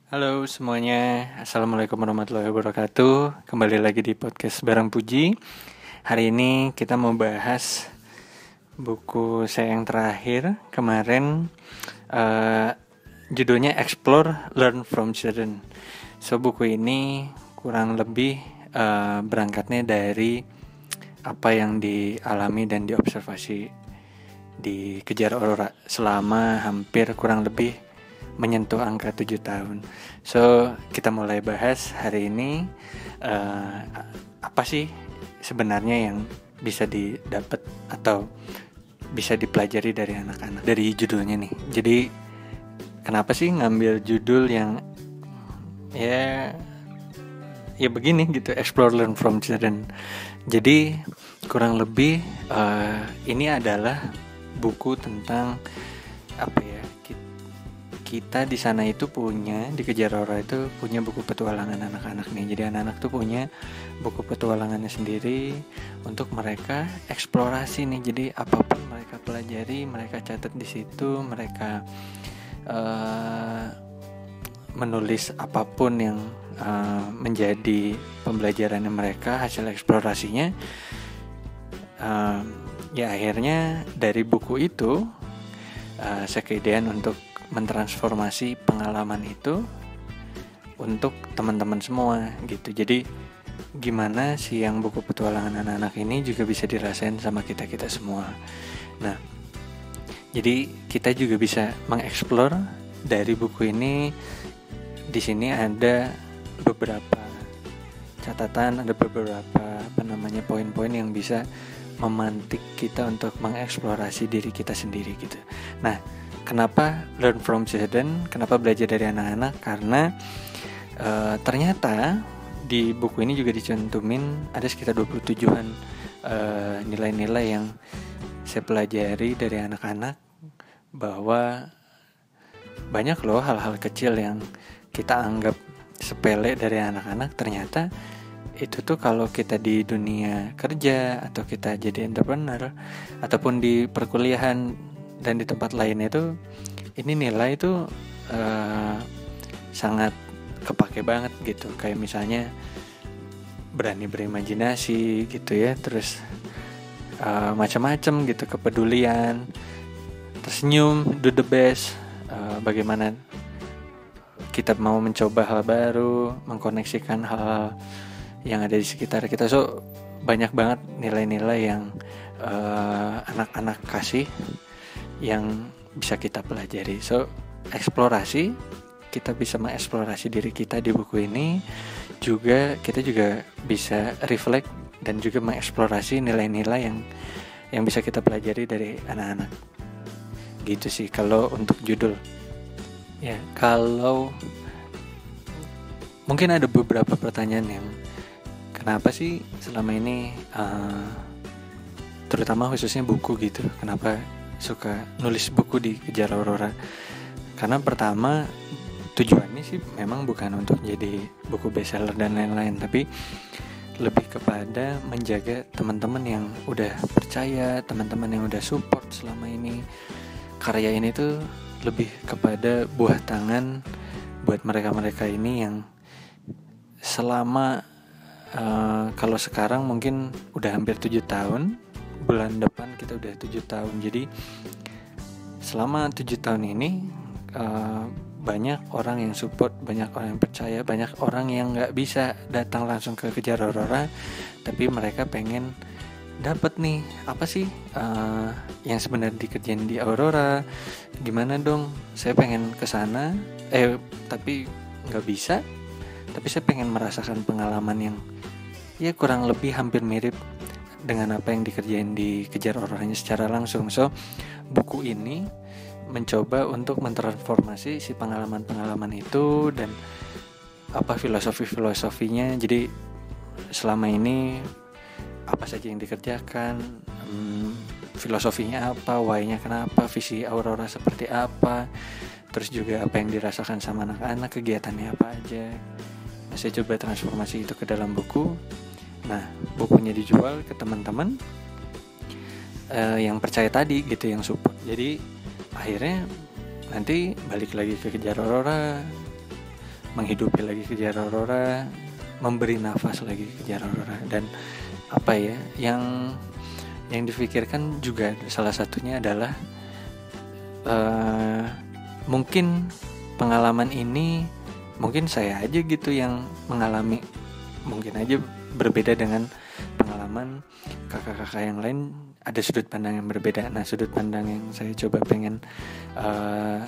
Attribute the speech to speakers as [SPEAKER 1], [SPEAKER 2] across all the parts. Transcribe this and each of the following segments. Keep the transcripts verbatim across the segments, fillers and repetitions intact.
[SPEAKER 1] Halo semuanya, Assalamualaikum warahmatullahi wabarakatuh. Kembali lagi di podcast Barang Puji. Hari ini kita mau bahas buku saya yang terakhir kemarin, uh, judulnya Explore, Learn from Children. So buku ini kurang lebih uh, berangkatnya dari apa yang dialami dan diobservasi di Kejar Aurora selama hampir kurang lebih menyentuh angka tujuh tahun. So kita mulai bahas hari ini uh, apa sih sebenarnya yang bisa didapat atau bisa dipelajari dari anak-anak dari judulnya nih. Jadi kenapa sih ngambil judul yang ya ya begini gitu, Explore, Learn from Children. Jadi kurang lebih uh, ini adalah buku tentang apa ya, kita di sana itu punya, di Kejar Aurora itu punya buku petualangan anak-anak nih. Jadi anak-anak tuh punya buku petualangannya sendiri untuk mereka eksplorasi nih. Jadi apapun mereka pelajari, mereka catat di situ, mereka uh, menulis apapun yang uh, menjadi pembelajarannya mereka, hasil eksplorasinya. Uh, ya akhirnya dari buku itu uh, saya keidean untuk mentransformasi pengalaman itu untuk teman-teman semua gitu. Jadi gimana sih yang buku petualangan anak-anak ini juga bisa dirasain sama kita-kita semua. Nah, jadi kita juga bisa mengeksplor dari buku ini. Di sini ada beberapa catatan, ada beberapa apa namanya poin-poin yang bisa memantik kita untuk mengeksplorasi diri kita sendiri gitu. Nah, kenapa learn from children? Kenapa belajar dari anak-anak? Karena e, ternyata di buku ini juga dicantumin ada sekitar dua puluh tujuan e, nilai-nilai yang saya pelajari dari anak-anak, bahwa banyak loh hal-hal kecil yang kita anggap sepele dari anak-anak, ternyata itu tuh kalau kita di dunia kerja atau kita jadi entrepreneur ataupun di perkuliahan dan di tempat lain itu, ini nilai itu uh, sangat kepake banget gitu. Kayak misalnya berani berimajinasi gitu ya, terus uh, macam-macam gitu, kepedulian, tersenyum, do the best, uh, bagaimana kita mau mencoba hal baru, mengkoneksikan hal yang ada di sekitar kita. So banyak banget nilai-nilai yang uh, anak-anak kasih yang bisa kita pelajari. So eksplorasi, kita bisa mengeksplorasi diri kita di buku ini. Juga kita juga bisa reflect dan juga mengeksplorasi nilai-nilai yang yang bisa kita pelajari dari anak-anak. Gitu sih kalau untuk judul. Ya, kalau mungkin ada beberapa pertanyaan yang kenapa sih selama ini uh, terutama khususnya buku gitu, kenapa suka nulis buku di Kejar Aurora? Karena pertama tujuannya sih memang bukan untuk jadi buku bestseller dan lain-lain, tapi lebih kepada menjaga teman-teman yang udah percaya, teman-teman yang udah support selama ini. Karya ini tuh lebih kepada buah tangan buat mereka-mereka ini yang selama uh, kalau sekarang mungkin udah hampir tujuh tahun, bulan depan kita udah tujuh tahun. Jadi selama tujuh tahun ini uh, banyak orang yang support, banyak orang yang percaya, banyak orang yang gak bisa datang langsung ke Kejar Aurora, tapi mereka pengen dapat nih apa sih uh, yang sebenarnya dikerjain di Aurora. Gimana dong, saya pengen kesana eh tapi gak bisa, tapi saya pengen merasakan pengalaman yang ya kurang lebih hampir mirip dengan apa yang dikerjain di Kejar Auroranya secara langsung. So buku ini mencoba untuk mentransformasi si pengalaman-pengalaman itu dan apa filosofi-filosofinya. Jadi selama ini apa saja yang dikerjakan, hmm, filosofinya apa, why-nya kenapa, visi Aurora seperti apa, terus juga apa yang dirasakan sama anak-anak, kegiatannya apa aja. Nah, saya coba transformasi itu ke dalam buku. Nah, bukunya dijual ke teman-teman uh, yang percaya tadi gitu, yang support. Jadi akhirnya nanti balik lagi ke Kejar Aurora, menghidupi lagi kejar aurora, memberi nafas lagi kejar aurora. Dan apa ya yang yang difikirkan juga salah satunya adalah uh, mungkin pengalaman ini mungkin saya aja gitu yang mengalami, mungkin aja berbeda dengan pengalaman kakak-kakak yang lain, ada sudut pandang yang berbeda. Nah, sudut pandang yang saya coba pengen uh,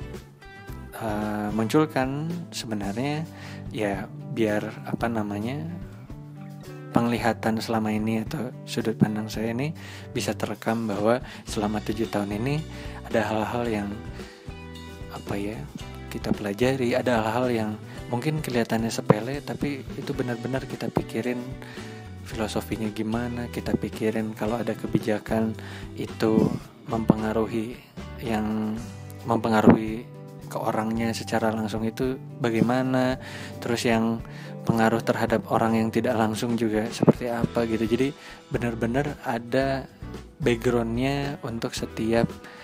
[SPEAKER 1] uh, munculkan sebenarnya ya biar apa namanya penglihatan selama ini atau sudut pandang saya ini bisa terekam bahwa selama tujuh tahun ini ada hal-hal yang apa ya kita pelajari, ada hal-hal yang mungkin kelihatannya sepele tapi itu benar-benar kita pikirin filosofinya gimana, kita pikirin kalau ada kebijakan itu mempengaruhi yang mempengaruhi ke orangnya secara langsung itu bagaimana, terus yang pengaruh terhadap orang yang tidak langsung juga seperti apa gitu. Jadi benar-benar ada backgroundnya untuk setiap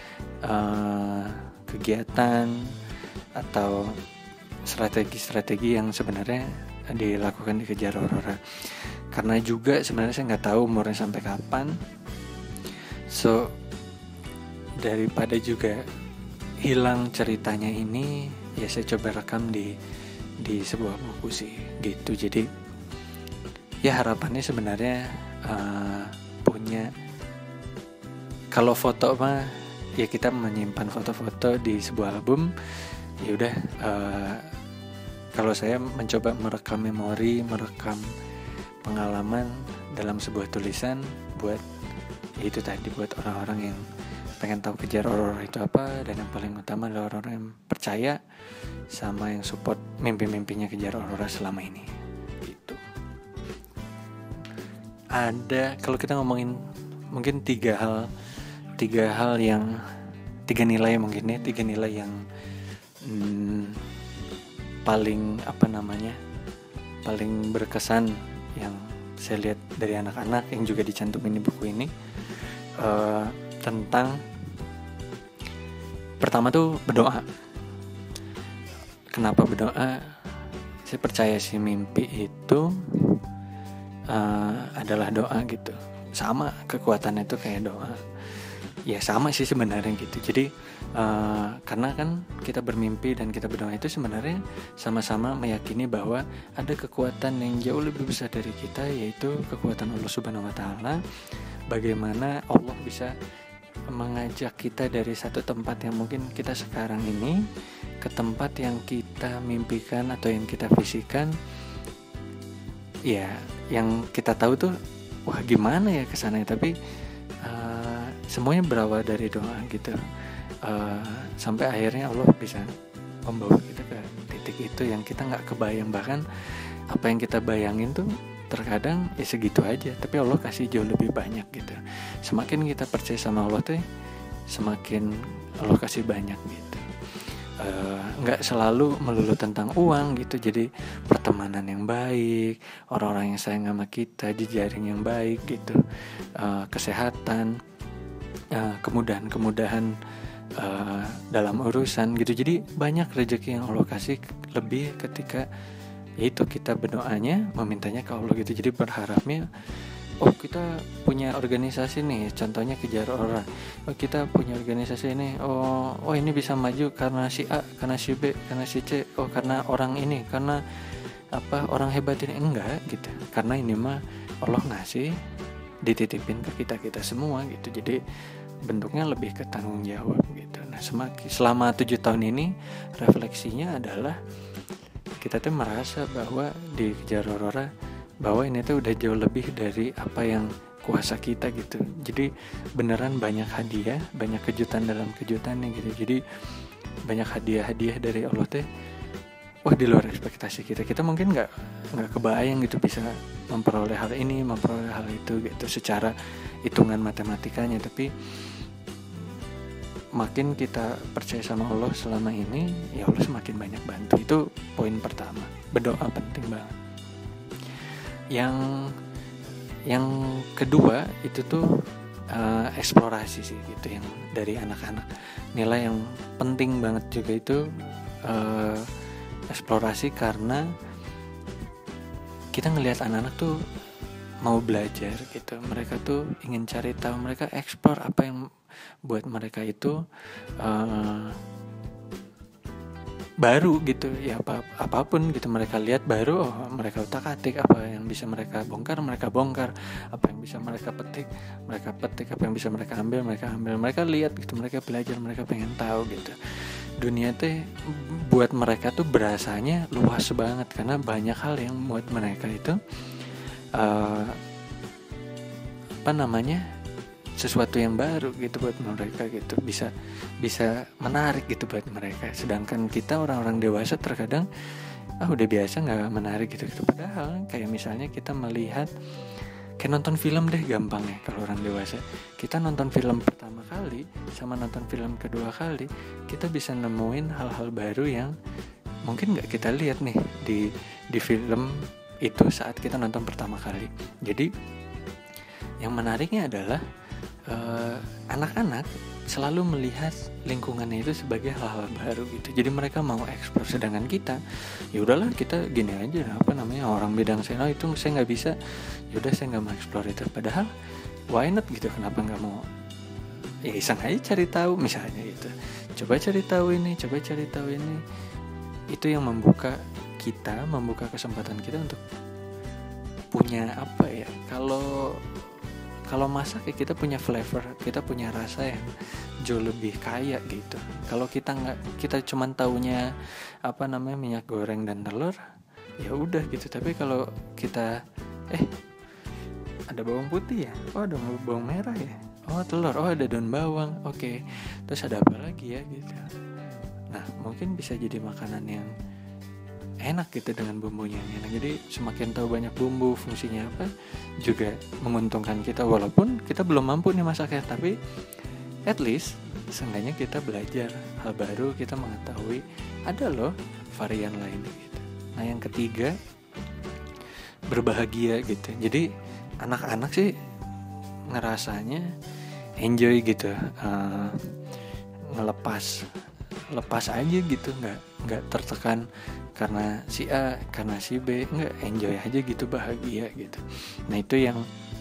[SPEAKER 1] uh, kegiatan atau strategi-strategi yang sebenarnya dilakukan di Kejar Aurora. Karena juga sebenarnya saya nggak tahu umurnya sampai kapan, so daripada juga hilang ceritanya ini, ya saya coba rekam di di sebuah buku sih gitu. Jadi ya harapannya sebenarnya uh, punya, kalau foto mah ya kita menyimpan foto-foto di sebuah album. Ya udah, uh, kalau saya mencoba merekam memori, merekam pengalaman dalam sebuah tulisan buat ya itu tadi, buat orang-orang yang pengen tahu Kejar Aurora itu apa, dan yang paling utama adalah orang-orang yang percaya sama yang support mimpi-mimpinya Kejar Aurora selama ini gitu. Ada, kalau kita ngomongin mungkin tiga hal tiga hal yang tiga nilai mungkin ya tiga nilai yang Hmm, paling apa namanya paling berkesan yang saya lihat dari anak-anak yang juga dicantumin di buku ini, uh, tentang pertama tuh berdoa. Kenapa berdoa? Saya percaya sih mimpi itu uh, adalah doa gitu, sama kekuatannya itu kayak doa. Ya sama sih sebenarnya gitu. Jadi uh, karena kan kita bermimpi dan kita berdoa itu sebenarnya sama-sama meyakini bahwa ada kekuatan yang jauh lebih besar dari kita, yaitu kekuatan Allah Subhanahu Wa Taala. Bagaimana Allah bisa mengajak kita dari satu tempat yang mungkin kita sekarang ini ke tempat yang kita mimpikan atau yang kita visikan. Ya, yang kita tahu tuh wah gimana ya kesananya, tapi uh, semuanya berawal dari doa gitu. Uh, sampai akhirnya Allah bisa membawa kita ke titik itu yang kita nggak kebayang. Bahkan apa yang kita bayangin tuh terkadang ya segitu aja, tapi Allah kasih jauh lebih banyak gitu. Semakin kita percaya sama Allah tuh, semakin Allah kasih banyak gitu. Uh, nggak selalu melulu tentang uang gitu. Jadi pertemanan yang baik, orang-orang yang sayang sama kita, jejaring yang baik gitu, uh, kesehatan, uh, kemudahan-kemudahan uh, dalam urusan gitu. Jadi banyak rezeki yang Allah kasih lebih ketika yaitu kita berdoanya, memintanya ke Allah gitu. Jadi berharapnya, oh kita punya organisasi nih, contohnya Kejar Aurora. Oh kita punya organisasi ini, oh oh ini bisa maju karena si A, karena si B, karena si C, oh karena orang ini, karena apa orang hebat ini. Enggak gitu. Karena ini mah Allah ngasih, dititipin ke kita kita semua gitu. Jadi bentuknya lebih ke tanggung jawab gitu. Nah semakin selama tujuh tahun ini refleksinya adalah kita tuh merasa bahwa di Kejar Aurora bahwa ini tuh udah jauh lebih dari apa yang kuasa kita gitu. Jadi beneran banyak hadiah, banyak kejutan dalam kejutannya gitu. Jadi banyak hadiah-hadiah dari Allah tuh wah di luar ekspektasi kita. Kita mungkin nggak nggak kebayang gitu bisa memperoleh hal ini, memperoleh hal itu gitu secara hitungan matematikanya. Tapi makin kita percaya sama Allah selama ini, ya Allah semakin banyak bantu. Itu poin pertama. Berdoa penting banget. Yang yang kedua itu tuh uh, eksplorasi sih gitu, yang dari anak-anak. Nilai yang penting banget juga itu uh, eksplorasi karena kita ngelihat anak-anak tuh mau belajar gitu. Mereka tuh ingin cari tahu, mereka eksplor apa yang buat mereka itu uh, baru gitu ya, apa apapun gitu mereka lihat baru, oh, mereka utak-atik, apa yang bisa mereka bongkar mereka bongkar, apa yang bisa mereka petik mereka petik, apa yang bisa mereka ambil mereka ambil, mereka lihat gitu, mereka belajar, mereka pengen tahu gitu. Dunia teh buat mereka tuh berasanya luas banget karena banyak hal yang buat mereka itu uh, apa namanya sesuatu yang baru gitu buat mereka gitu, bisa bisa menarik gitu buat mereka. Sedangkan kita orang-orang dewasa terkadang ah udah biasa nggak menarik gitu gitu. Padahal kayak misalnya kita melihat kayak nonton film deh, gampang ya kalau orang dewasa. Kita nonton film pertama kali sama nonton film kedua kali, kita bisa nemuin hal-hal baru yang mungkin nggak kita lihat nih di di film itu saat kita nonton pertama kali. Jadi yang menariknya adalah Uh, anak-anak selalu melihat lingkungannya itu sebagai hal-hal baru gitu. Jadi mereka mau eksplor, sedangkan kita ya udahlah kita gini aja, apa namanya, orang bidang saya, oh, itu saya nggak bisa, ya udah saya nggak mau eksplor itu. Padahal why not gitu, kenapa nggak mau, ya iseng aja cari tahu misalnya gitu, coba cari tahu ini, coba cari tahu ini. Itu yang membuka kita, membuka kesempatan kita untuk punya apa ya, kalau Kalau masak ya kita punya flavor, kita punya rasa yang jauh lebih kaya gitu. Kalau kita nggak, kita cuman taunya apa namanya minyak goreng dan telur, ya udah gitu. Tapi kalau kita eh ada bawang putih ya, oh ada bawang merah ya, oh telur, oh ada daun bawang, oke. Okay. Terus ada apa lagi ya gitu. Nah mungkin bisa jadi makanan yang enak gitu dengan bumbunya yang enak. Jadi semakin tahu banyak bumbu fungsinya apa juga menguntungkan kita, walaupun kita belum mampu nih masaknya, tapi at least seenggaknya kita belajar hal baru, kita mengetahui ada loh varian lain gitu. Nah yang ketiga, berbahagia gitu. Jadi anak-anak sih ngerasanya enjoy gitu, uh, ngelepas lepas aja gitu, nggak nggak tertekan karena si A, karena si B, nggak, enjoy aja gitu, bahagia gitu. Nah itu yang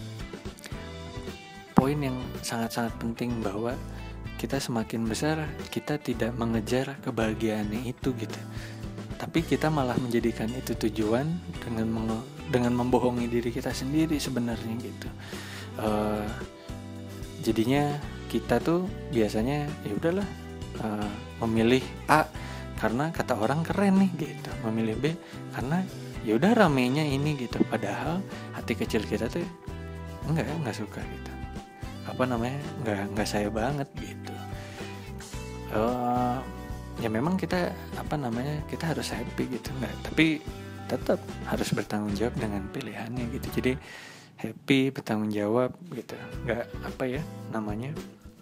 [SPEAKER 1] poin yang sangat-sangat penting, bahwa kita semakin besar kita tidak mengejar kebahagiaannya itu gitu, tapi kita malah menjadikan itu tujuan dengan meng- dengan membohongi diri kita sendiri sebenarnya gitu. Uh, jadinya kita tuh biasanya ya udahlah uh, memilih A karena kata orang keren nih gitu, memilih B karena ya udah ramenya ini gitu. Padahal hati kecil kita tuh enggak enggak suka gitu, apa namanya, enggak enggak saya banget gitu. Uh, ya memang kita apa namanya kita harus happy gitu, enggak, tapi tetap harus bertanggung jawab dengan pilihannya gitu. Jadi happy, bertanggung jawab gitu, enggak apa ya namanya,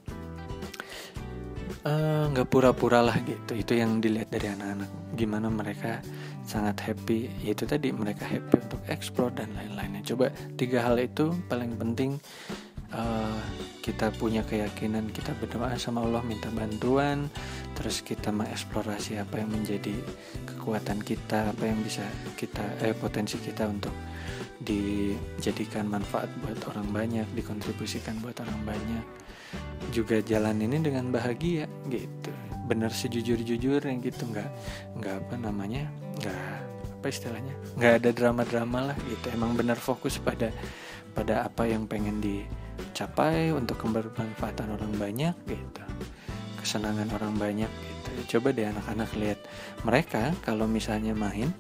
[SPEAKER 1] nggak uh, pura-pura lah gitu. Itu yang dilihat dari anak-anak, gimana mereka sangat happy, yaitu tadi mereka happy untuk explore dan lain-lainnya. Coba tiga hal itu paling penting. Uh, kita punya keyakinan, kita berdoa sama Allah, minta bantuan, terus kita mengeksplorasi apa yang menjadi kekuatan kita, apa yang bisa kita eh, potensi kita untuk dijadikan manfaat buat orang banyak, dikontribusikan buat orang banyak. Juga jalan ini dengan bahagia gitu, bener sejujur-jujurnya gitu, nggak nggak apa namanya nggak apa istilahnya nggak ada drama-drama lah gitu. Emang bener fokus pada pada apa yang pengen dicapai untuk kebermanfaatan orang banyak gitu, kesenangan orang banyak gitu. Coba deh anak-anak lihat mereka kalau misalnya main,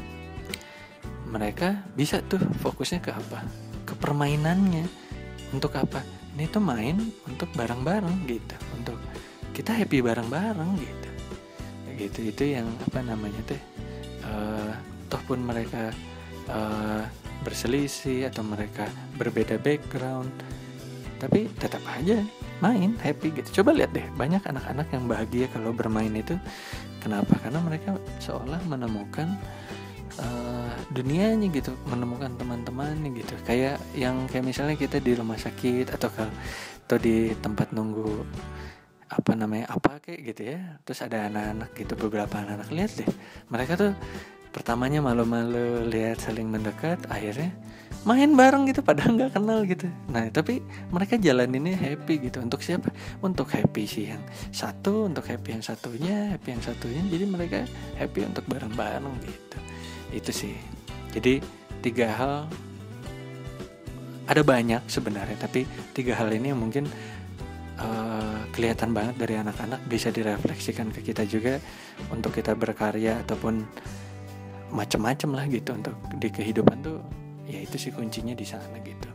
[SPEAKER 1] mereka bisa tuh fokusnya ke apa, ke permainannya. Untuk apa? Ini tuh main untuk bareng-bareng gitu, untuk kita happy bareng-bareng gitu. Gitu itu yang apa namanya teh, uh, toh pun mereka uh, berselisih atau mereka berbeda background, tapi tetap aja main happy gitu. Coba lihat deh, banyak anak-anak yang bahagia kalau bermain itu. Kenapa? Karena mereka seolah menemukan Uh, dunianya gitu, menemukan teman-temannya gitu. Kayak yang kayak misalnya kita di rumah sakit atau kalau atau di tempat nunggu apa namanya apa kayak gitu ya. Terus ada anak-anak gitu, beberapa anak-anak, lihat deh, mereka tuh pertamanya malu-malu lihat saling mendekat, akhirnya main bareng gitu padahal nggak kenal gitu. Nah tapi mereka jalaninnya happy gitu. Untuk siapa? Untuk happy sih yang satu, untuk happy yang satunya, happy yang satunya. Jadi mereka happy untuk bareng-bareng gitu. Itu sih. Jadi tiga hal, ada banyak sebenarnya, tapi tiga hal ini yang mungkin uh, kelihatan banget dari anak-anak, bisa direfleksikan ke kita juga untuk kita berkarya ataupun macam-macam lah gitu untuk di kehidupan tuh. Ya itu sih kuncinya di sana gitu.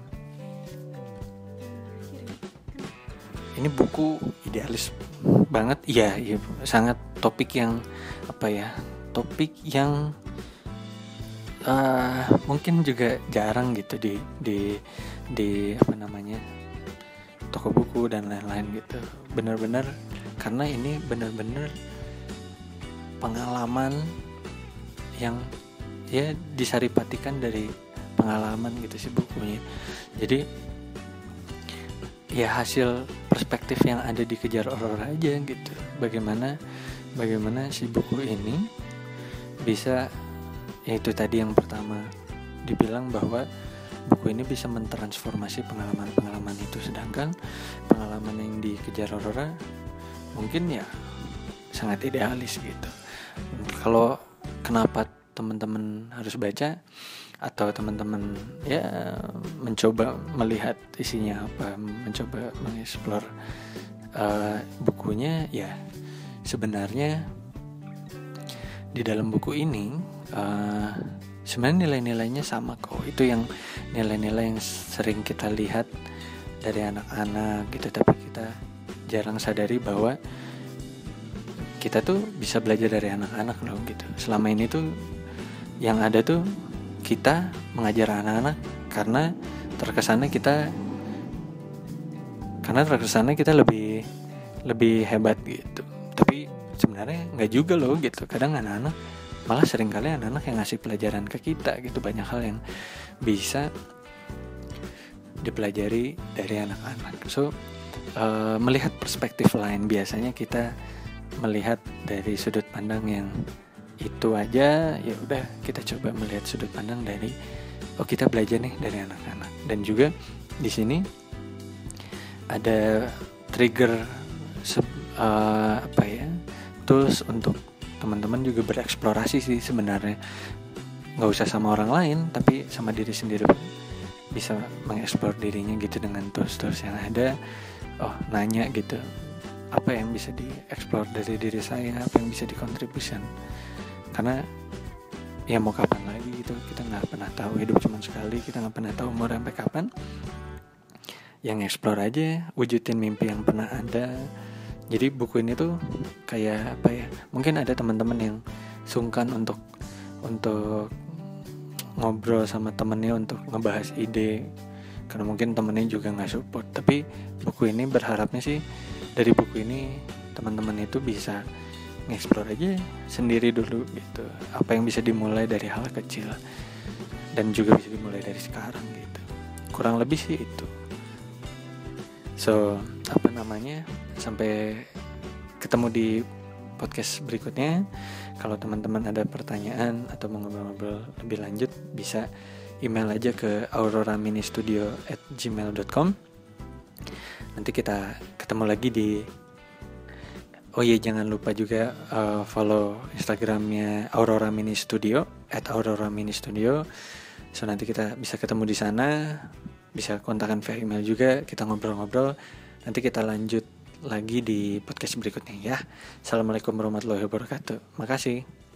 [SPEAKER 1] Ini buku idealis banget, iya, iya, sangat topik yang apa ya, topik yang uh, mungkin juga jarang gitu di di di apa namanya toko buku dan lain-lain gitu. Benar-benar karena ini benar-benar pengalaman yang ya disaripatikan dari pengalaman gitu sih bukunya. Jadi ya hasil perspektif yang ada di Kejar Aurora aja gitu. Bagaimana bagaimana si buku ini bisa, yaitu tadi yang pertama dibilang bahwa buku ini bisa mentransformasi pengalaman-pengalaman itu, sedangkan pengalaman yang di Kejar Aurora mungkin ya sangat idealis gitu. Kalau kenapa teman-teman harus baca atau teman-teman ya mencoba melihat isinya apa, mencoba mengeksplor uh, bukunya, ya sebenarnya di dalam buku ini uh, sebenarnya nilai-nilainya sama kok. Itu yang nilai-nilai yang sering kita lihat dari anak-anak gitu, tapi kita jarang sadari bahwa kita tuh bisa belajar dari anak-anak loh gitu. Selama ini tuh yang ada tuh kita mengajar anak-anak karena terkesannya kita karena terkesannya kita lebih lebih hebat gitu. Tapi sebenarnya nggak juga loh gitu. Kadang anak-anak malah seringkali anak-anak yang ngasih pelajaran ke kita gitu. Banyak hal yang bisa dipelajari dari anak-anak. So uh, melihat perspektif lain, biasanya kita melihat dari sudut pandang yang itu aja, ya udah kita coba melihat sudut pandang dari oh kita belajar nih dari anak-anak. Dan juga di sini ada trigger uh, apa ya tools untuk teman-teman juga bereksplorasi sih sebenarnya. Nggak usah sama orang lain, tapi sama diri sendiri pun bisa mengeksplor dirinya gitu dengan tools-tools yang ada. Oh nanya gitu, apa yang bisa dieksplor dari diri saya, apa yang bisa dikontribusikan. Karena ya mau kapan lagi gitu, kita nggak pernah tahu, hidup cuma sekali, kita nggak pernah tahu umur sampai kapan. Yang explore aja, wujudin mimpi yang pernah ada. Jadi buku ini tuh kayak apa ya, mungkin ada teman-teman yang sungkan untuk untuk ngobrol sama temennya untuk ngebahas ide, karena mungkin temennya juga nggak support. Tapi buku ini berharapnya sih dari buku ini teman-teman itu bisa nge-explore aja sendiri dulu gitu. Apa yang bisa dimulai dari hal kecil dan juga bisa dimulai dari sekarang gitu. Kurang lebih sih itu. So, apa namanya? Sampai ketemu di podcast berikutnya. Kalau teman-teman ada pertanyaan atau mau ngobrol-ngobrol lebih lanjut, bisa email aja ke auroraministudio at gmail dot com. Nanti kita ketemu lagi di Oh iya, jangan lupa juga uh, follow Instagramnya Aurora Mini Studio at Aurora Mini Studio. So nanti kita bisa ketemu di sana, bisa kontakkan via email juga, kita ngobrol-ngobrol. Nanti kita lanjut lagi di podcast berikutnya ya. Assalamualaikum warahmatullahi wabarakatuh. Makasih.